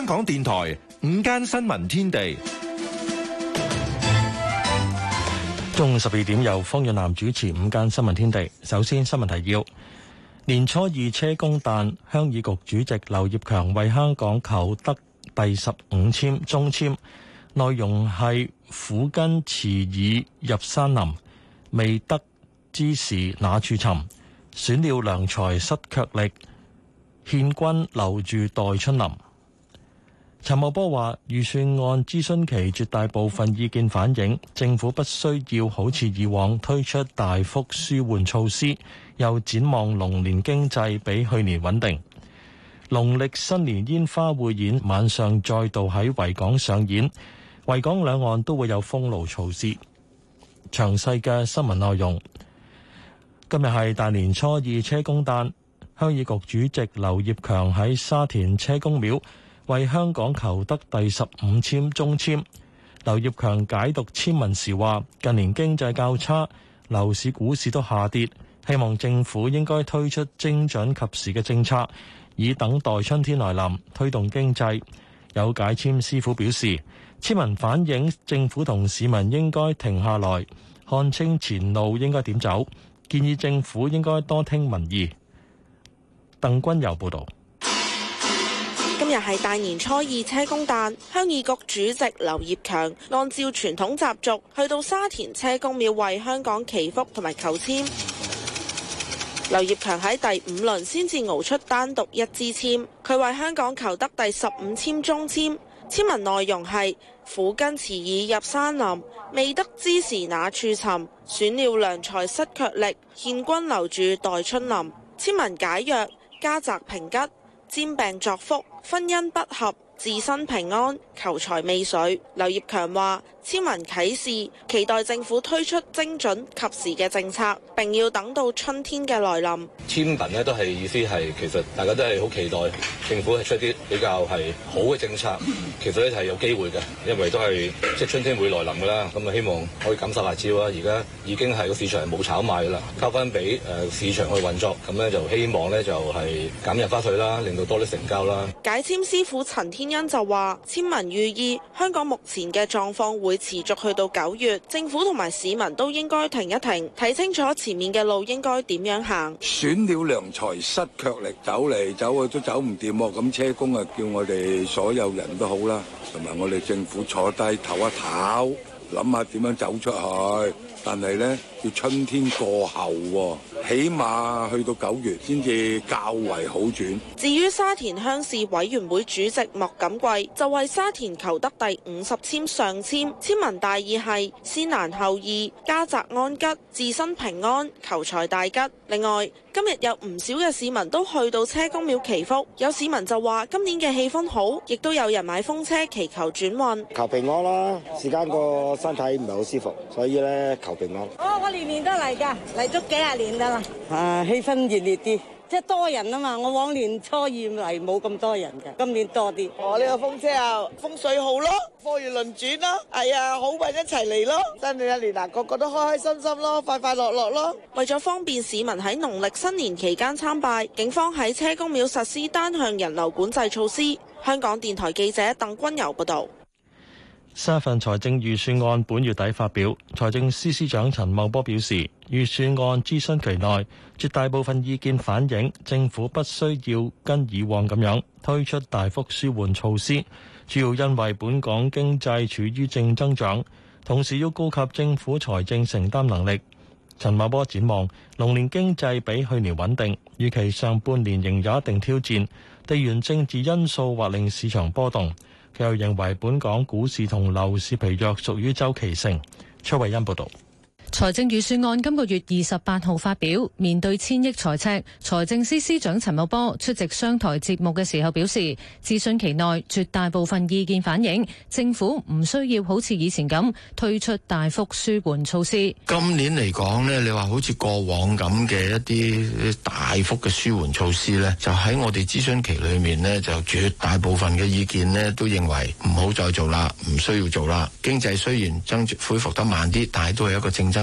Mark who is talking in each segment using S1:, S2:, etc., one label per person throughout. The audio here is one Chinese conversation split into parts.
S1: 港電台午間新聞天地，
S2: 中午12點由方潤南主持午間新聞天地。首先新聞提要：年初二車公誕，鄉議局主席劉業強為香港求得第15籤中籤，內容係苦根遲已入山林，未得之時那處尋，選了良才失卻力，獻君留住待春臨。陳茂波話，預算案諮詢期絕大部分意見反映，政府不需要好似以往推出大幅舒緩措施，又展望龍年經濟比去年穩定。農曆新年煙花匯演晚上再度喺維港上演，維港兩岸都會有封路措施。詳細嘅新聞內容。今日係大年初二車公誕，鄉議局主席劉業強喺沙田車公廟為香港求得第15籤中籤。劉業強解讀籤文時話，近年經濟較差，樓市股市都下跌，希望政府應該推出精準及時嘅政策，以等待春天來臨，推動經濟。有解籤師傅表示，籤文反映政府同市民應該停下來，看清前路應該點走，建議政府應該多聽民意。鄧君柔報導。
S3: 今日係大年初二車公誕，鄉議局主席劉業強按照傳統習俗去到沙田車公廟為香港祈福同埋求籤。劉業強喺第5輪先至熬出單獨一支籤，佢為香港求得第15籤中籤，籤文內容係苦根遲已入山林，未得之時那處尋，選了良才失卻力，獻君留住待春臨。籤文解曰：家宅平吉，占病作福，婚姻不合，自身平安，求財未遂。劉業強話：籤文啟示，期待政府推出精準及時嘅政策，並要等到春天嘅來臨。
S4: 籤文呢都係意思係，其實大家都係好期待政府係出啲比較係好嘅政策。其實咧係有機會嘅，因為都係即係春天會來臨㗎啦。咁啊希望可以減殺辣椒啊！而家已經係個市場係冇炒賣㗎啦，交翻俾市場去運作。咁咧就希望咧就係減印花稅啦，令到多啲成交啦。
S3: 解籤師傅陳天恩就話：籤文寓意香港目前嘅狀況會持續去到9月，政府同埋市民都應該停一停，睇清楚前面嘅路應該點樣行。
S5: 選了良才失卻力，走嚟走去都走唔掂喎。咁車公啊，叫我哋所有人都好啦，同埋我哋政府坐低唞一唞，諗下點樣走出去。但係呢，要春天過後喎，起碼去到9月先至較為好轉。
S3: 至於沙田鄉事委員會主席莫錦貴就為沙田求得第50籤上籤，籤文大意係先難後易，家宅安吉，自身平安，求財大吉。另外，今日有唔少嘅市民都去到車公廟祈福，有市民就話今年嘅氣氛好，亦都有人買風車祈求轉運。
S6: 求平安啦，時間個身體唔係好舒服，所以咧求平安。
S7: 我年年都嚟㗎，嚟咗幾廿年㗎啦。氣氛熱烈啲，即係多人啊嘛。我往年初二嚟冇咁多人嘅，今年多啲。
S8: 我呢個風車啊，風水好咯，貨如輪轉咯，係啊，好運一齊嚟咯。新嘅一年嗱，個個都開開心心咯，快快樂樂咯。
S3: 為咗方便市民喺農曆新年期間參拜，警方喺車公廟實施單向人流管制措施。香港電台記者鄧君柔報導。
S2: 新一份財政預算案本月底發表，財政司司長陳茂波表示，預算案諮詢期內，絕大部分意見反映政府不需要跟以往咁樣推出大幅舒緩措施，主要因為本港經濟處於正增長，同時要顧及政府財政承擔能力。陳茂波展望龍年經濟比去年穩定，預期上半年仍有一定挑戰，地緣政治因素或令市場波動。佢又認為本港股市同樓市疲弱屬於周期性。崔慧欣報導。
S9: 財政預算案今個月28號發表，面對1000億財赤，財政司司長陳茂波出席商台節目嘅時候表示，諮詢期內絕大部分意見反映，政府唔需要好似以前咁推出大幅舒緩措施。
S10: 今年嚟講呢，你話好似過往咁嘅一啲大幅嘅舒緩措施呢，就喺我哋諮詢期裏面呢，就絕大部分嘅意見呢都認為唔好再做啦，唔需要做啦。經濟雖然恢復得慢啲，但係都係一個正增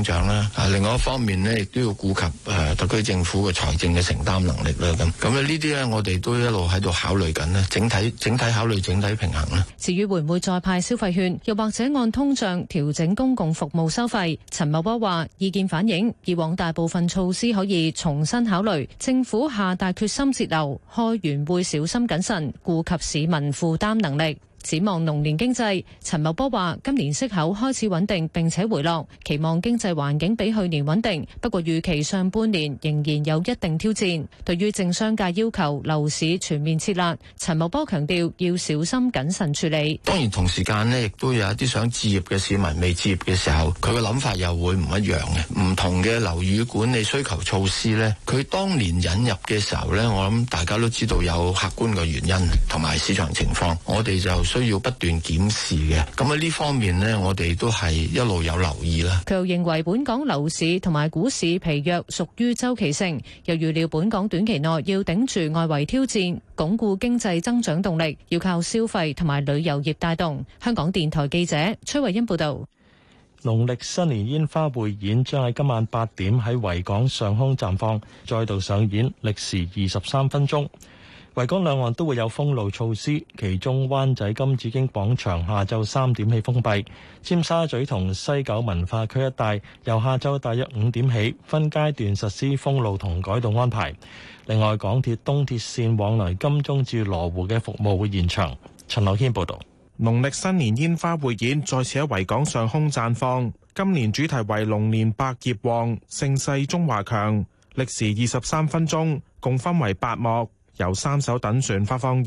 S10: 增長啦。另外一方面呢，亦都要顧及特區政府嘅財政嘅承擔能力啦。咁呢啲咧，我哋都一路喺度考慮緊咧，整體考慮整體平衡啦。
S9: 至於會唔會再派消費券，又或者按通脹調整公共服務收費，陳茂波話意見反映以往大部分措施可以重新考慮，政府下大決心節流，開源會小心謹慎，顧及市民負擔能力。展望龍年經濟，陳茂波話今年息口開始穩定並且回落，期望經濟環境比去年穩定，不過預期上半年仍然有一定挑戰。對於政商界要求樓市全面撤辣，陳茂波強調要小心謹慎處理。
S10: 當然同時間呢，亦都有一啲想置業嘅市民未置業嘅時候，佢嘅諗法又會唔一樣嘅。唔同嘅樓宇管理需求措施呢，佢當年引入嘅時候呢，我諗大家都知道有客觀嘅原因同埋市場情況，我哋就需要不斷檢視嘅，咁喺呢方面呢，我哋都係一路有留意啦。
S9: 佢又認為本港樓市同埋股市疲弱屬於周期性，又預料本港短期內要頂住外圍挑戰，鞏固經濟增長動力，要靠消費同埋旅遊業帶動。香港電台記者崔慧欣報道。
S2: 農曆新年煙花匯演將喺今晚8點喺維港上空綻放，再度上演，歷時23分鐘。維港兩岸都會有封路措施，其中灣仔金紫荊廣場下晝3點起封閉，尖沙咀同西九文化區一帶由下晝大約5點起分階段實施封路同改道安排。另外，港鐵東鐵線往來金鐘至羅湖嘅服務會延長。陳樂軒報導。
S11: 農曆新年煙花匯演再次喺維港上空綻放，今年主題為龍年百業旺，盛世中華強，歷時23分鐘，共分為8幕。由3艘躉船發放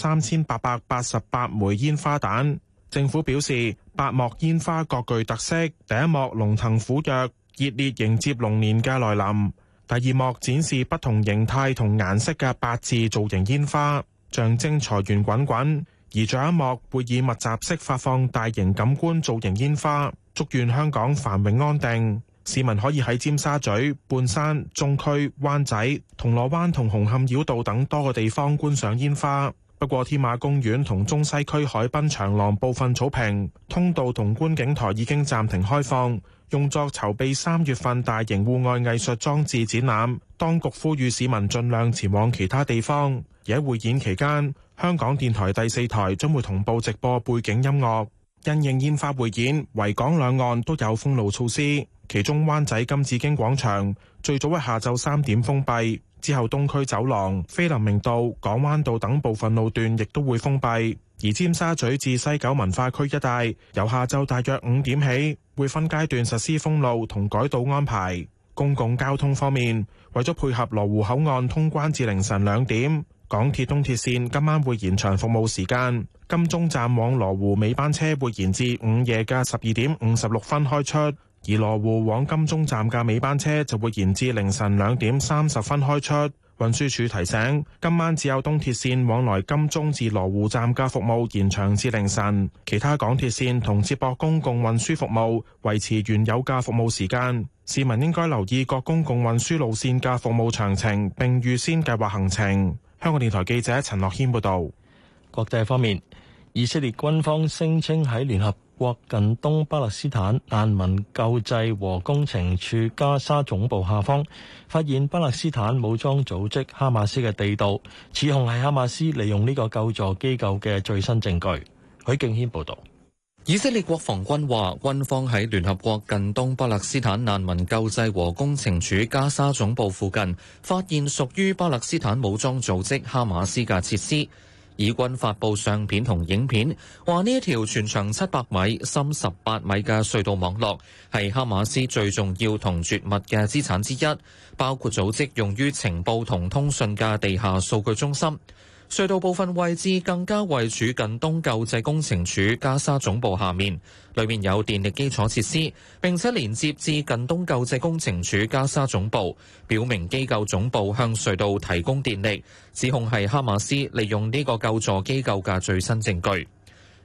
S11: 23,888枚煙花彈。政府表示，8幕煙花各具特色。第一幕龍騰虎躍，熱烈迎接龍年嘅來臨；第二幕展示不同形態同顏色嘅8字造型煙花，象徵財源滾滾；而最後一幕會以密集式發放大型感官造型煙花，祝願香港繁榮安定。市民可以喺尖沙咀、半山、中區、灣仔、銅鑼灣同紅磡繞道等多個地方觀賞煙花。不過，天馬公園同中西區海濱長廊部分草坪、通道同觀景台已經暫停開放，用作籌備3月份大型戶外藝術裝置展覽。當局呼籲市民盡量前往其他地方。而喺匯演期間，香港電台第4台將會同步直播背景音樂。因應煙花匯演，維港兩岸都有封路措施。其中灣仔金紫荊廣場最早喺下晝3點封閉，之後東區走廊、菲林明道、港灣道等部分路段亦都會封閉。而尖沙咀至西九文化區一帶由下晝大約5點起，會分階段實施封路同改道安排。公共交通方面，為咗配合羅湖口岸通關至凌晨2點，港鐵東鐵線今晚會延長服務時間。金鐘站往羅湖尾班車會延至午夜嘅12點56分開出，而羅湖往金鐘站嘅尾班車就會延至凌晨2點30分開出。運輸署提醒，今晚只有東鐵線往來金鐘至羅湖站嘅服務延長至凌晨，其他港鐵線同接駁公共運輸服務維持原有嘅服務時間。市民應該留意各公共運輸路線嘅服務詳情，並預先計劃行程。香港電台記者陳樂軒報導。
S2: 國際方面，以色列軍方聲稱喺聯合國近東巴勒斯坦難民救濟和工程處加沙總部下方發現巴勒斯坦武裝組織哈馬斯嘅地道，指控係哈馬斯利用呢個救助機構嘅最新證據。許敬軒報導。
S12: 以色列國防軍話，軍方喺聯合國近東巴勒斯坦難民救濟和工程處加沙總部附近發現屬於巴勒斯坦武裝組織哈馬斯嘅設施。以軍發布相片同影片，話呢一條全長700米、深18米嘅隧道網絡係哈馬斯最重要同絕密嘅資產之一，包括組織用於情報同通訊嘅地下數據中心。隧道部分位置更加位處近東救濟工程處加沙總部下面，裏面有電力基礎設施，並且連接至近東救濟工程處加沙總部，表明機構總部向隧道提供電力，指控係哈馬斯利用呢個救助機構嘅最新證據。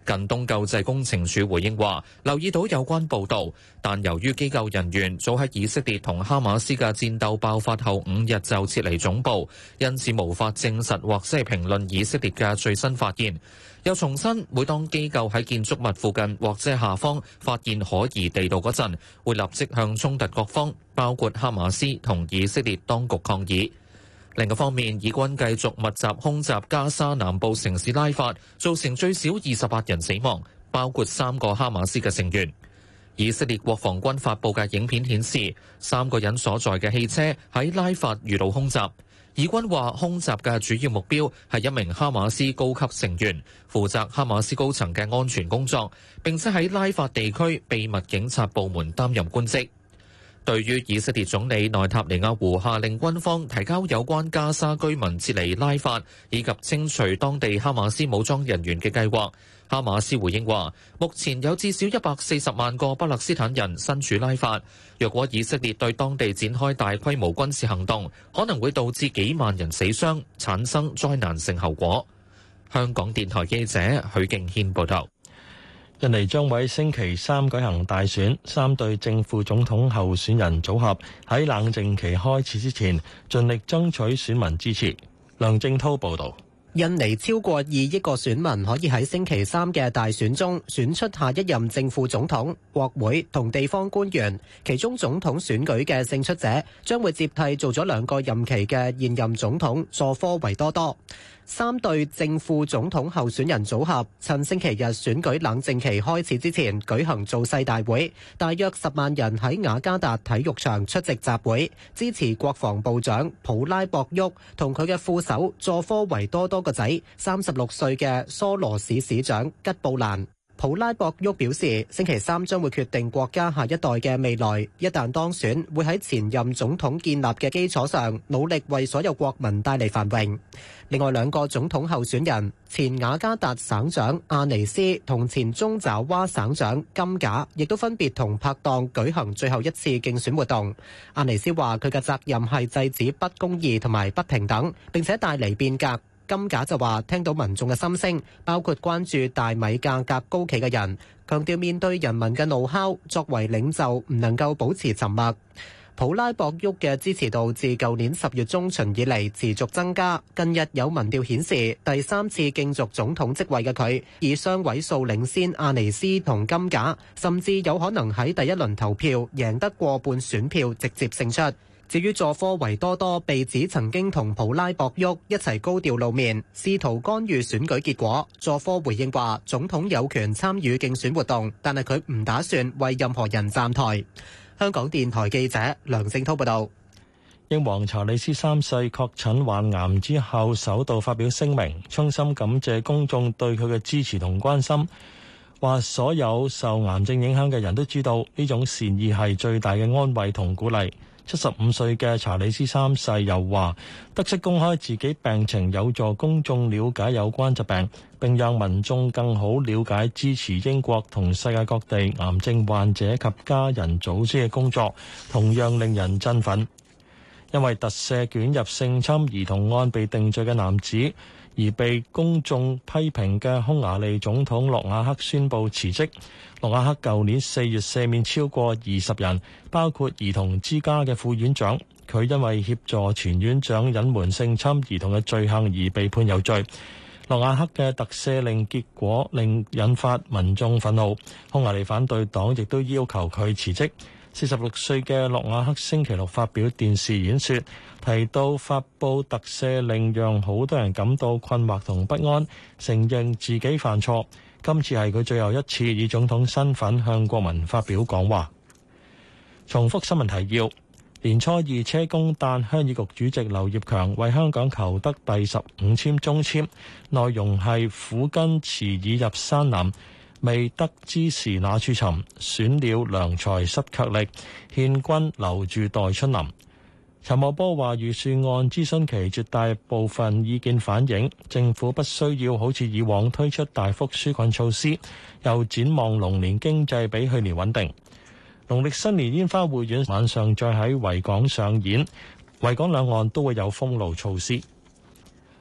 S12: 近東救濟工程署回應話，留意到有關報導，但由於機構人員早喺以色列同哈馬斯嘅戰鬥爆發後5日就撤離總部，因此無法證實或者係評論以色列嘅最新發現。又重申，每當機構喺建築物附近或者下方發現可疑地道嗰陣，會立即向衝突各方，包括哈馬斯同以色列當局抗議。另一方面，以軍繼續密集空襲加沙南部城市拉法，造成最少28人死亡，包括3個哈馬斯嘅成員。以色列國防軍發布嘅影片顯示，3個人所在嘅汽車喺拉法遇到空襲。以軍話，空襲嘅主要目標係一名哈馬斯高級成員，負責哈馬斯高層嘅安全工作，並且喺拉法地區秘密警察部門擔任官職。對於以色列總理內塔尼亞胡下令軍方提交有關加沙居民撤離拉法以及清除當地哈馬斯武裝人員嘅計劃，哈馬斯回應話，目前有至少140萬個巴勒斯坦人身處拉法，若果以色列對當地展開大規模軍事行動，可能會導致幾萬人死傷，產生災難性後果。香港電台記者許敬軒報道。
S2: 印尼將喺星期三舉行大選，3對正副總統候選人組合喺冷靜期開始之前，盡力爭取選民支持。梁正滔報導。
S13: 印尼超過2億個選民可以喺星期三嘅大選中選出下一任正副總統、國會同地方官員，其中總統選舉嘅勝出者將會接替做咗2個任期嘅現任總統佐科維多多。3對正副總統候選人組合趁星期日選舉冷靜期開始之前舉行造勢大會，大約10萬人喺雅加達體育場出席集會，支持國防部長普拉博沃同佢嘅副手佐科維多多個仔36歲嘅梭羅市市長吉布蘭。普拉博沃表示，星期三將會決定國家下一代嘅未來，一旦當選，會喺前任總統建立嘅基礎上，努力為所有國民帶嚟繁榮。另外2個總統候選人，前雅加達省長阿尼斯同前中爪哇省長金賈，亦都分別同拍檔舉行最後一次競選活動。阿尼斯話佢嘅責任係制止不公義同埋不平等，並且帶嚟變革。金賈就話聽到民眾嘅心聲，包括關注大米價格高企嘅人，強調面對人民嘅怒哮，作為領袖唔能夠保持沉默。普拉博沃嘅支持度自舊年10月中旬以嚟持續增加，近日有民調顯示第3次競逐總統職位嘅佢以雙位數領先阿尼斯同金賈，甚至有可能喺第一輪投票贏得過半選票直接勝出。至於佐科維多多被指曾經同普拉博沃一齊高調露面，試圖干預選舉結果。佐科回應話，總統有權參與競選活動，但係佢唔打算為任何人站台。香港電台記者梁正滔報導。
S2: 英皇查理斯3世確診患癌之後，首度發表聲明，衷心感謝公眾對佢嘅支持同關心，話所有受癌症影響嘅人都知道呢種善意係最大嘅安慰同鼓勵。75歲嘅查理斯3世又話，得悉公開自己病情有助公眾了解有關疾病，並讓民眾更好了解支持英國同世界各地癌症患者及家人組織嘅工作，同樣令人振奮。因為特赦捲入性侵兒童案被定罪嘅男子而被公眾批評嘅匈牙利總統諾瓦克宣布辭職。諾瓦克舊年4月赦免超過20人，包括兒童之家嘅副院長。佢因為協助前院長隱瞞性侵兒童嘅罪行而被判有罪。諾瓦克嘅特赦令結果令引發民眾憤怒，匈牙利反對黨亦都要求佢辭職。46歲嘅諾瓦克星期六發表電視演說，提到發布特赦令讓好多人感到困惑同不安，承認自己犯錯。今次係佢最後一次以總統身份向國民發表講話。重複新聞提要：年初二車公誕，鄉議局主席劉業強為香港求得第15籤中籤，內容係苦根遲已入山林，未得之時那處尋，選了良才失卻力，獻君留住待春臨。陳茂波話，預算案諮詢期絕大部分意見反映，政府不需要好似以往推出大幅紓困措施，又展望龍年經濟比去年穩定。農曆新年煙花匯演晚上再喺維港上演，維港兩岸都會有封路措施。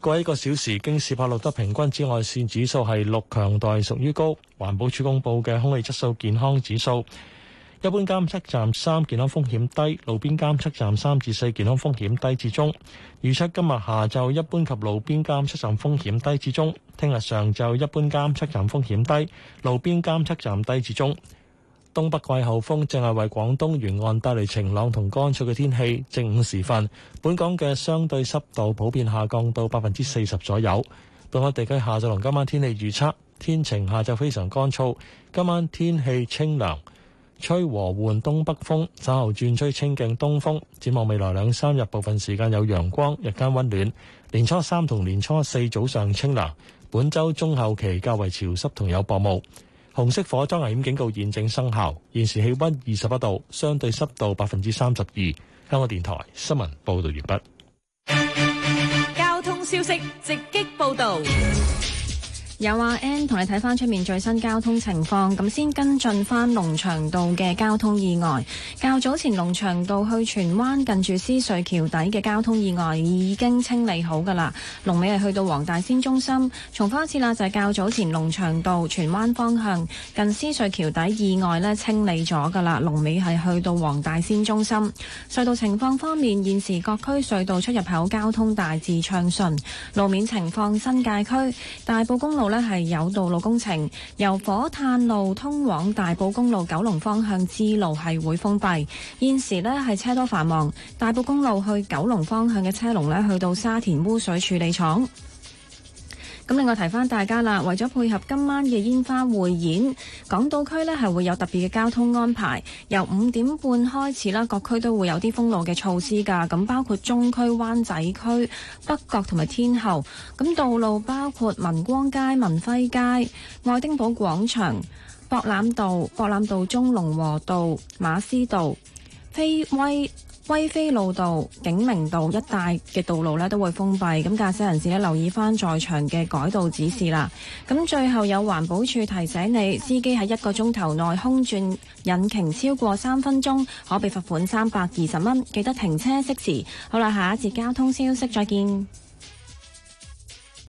S2: 過一個小時，京士柏錄得平均紫外線指數係6，強度屬於高。環保署公佈嘅空氣質素健康指數，一般監測站3，健康風險低，路邊監測站3至4，健康風險低至中。預測今日下晝一般及路邊監測站風險低至中，聽日上晝一般監測站風險低，路邊監測站低至中。東北季候風正係為廣東沿岸帶嚟晴朗同乾燥嘅天氣。正午時分，本港嘅相對濕度普遍下降到40%左右。本港地區下晝同今晚天氣預測：天晴，下晝非常乾燥，今晚天氣清涼，吹和緩東北風，稍後轉吹清勁東風。展望未來2-3日，部分時間有陽光，日間溫暖。年初3同年初4早上清涼，本週中後期較為潮濕同有薄霧。紅色火災危險警告現正生效。現時氣溫21度，相對濕度32%。香港電台新聞報道完
S14: 畢。交通消息直擊報道。有阿 N 同你睇翻出面最新交通情況，咁先跟進翻龍翔道嘅交通意外。較早前龍翔道去荃灣近住獅隧橋底嘅交通意外已經清理好噶啦，龍尾係去到黃大仙中心。重複一次啦，就係較早前龍翔道荃灣方向近獅隧橋底意外呢清理咗噶啦，龍尾係去到黃大仙中心。隧道情況方面，現時各區隧道出入口交通大致暢順。路面情況，新界區大埔公路係有道路工程，由火炭路通往大埔公路九龍方向支路係會封閉。現時呢係車多繁忙，大埔公路去九龍方向嘅車龍呢去到沙田污水處理廠。咁另外提翻大家啦，為咗配合今晚嘅煙花匯演，港島區呢係會有特別嘅交通安排，由5點半開始啦，各區都會有啲封路嘅措施㗎。咁包括中區、灣仔區、北角同埋天后。咁道路包括民光街、民輝街、愛丁堡廣場、博覽道中、龍和道、馬師道、威菲路道、景明道一帶嘅道路呢都會封閉，咁駕駛人士呢留意翻在場嘅改道指示啦。咁最後有環保署提醒你，司機喺1個鐘頭內空轉引擎超過3分鐘，可被罰款320蚊。記得停車熄匙。好啦，下一節交通消息再見。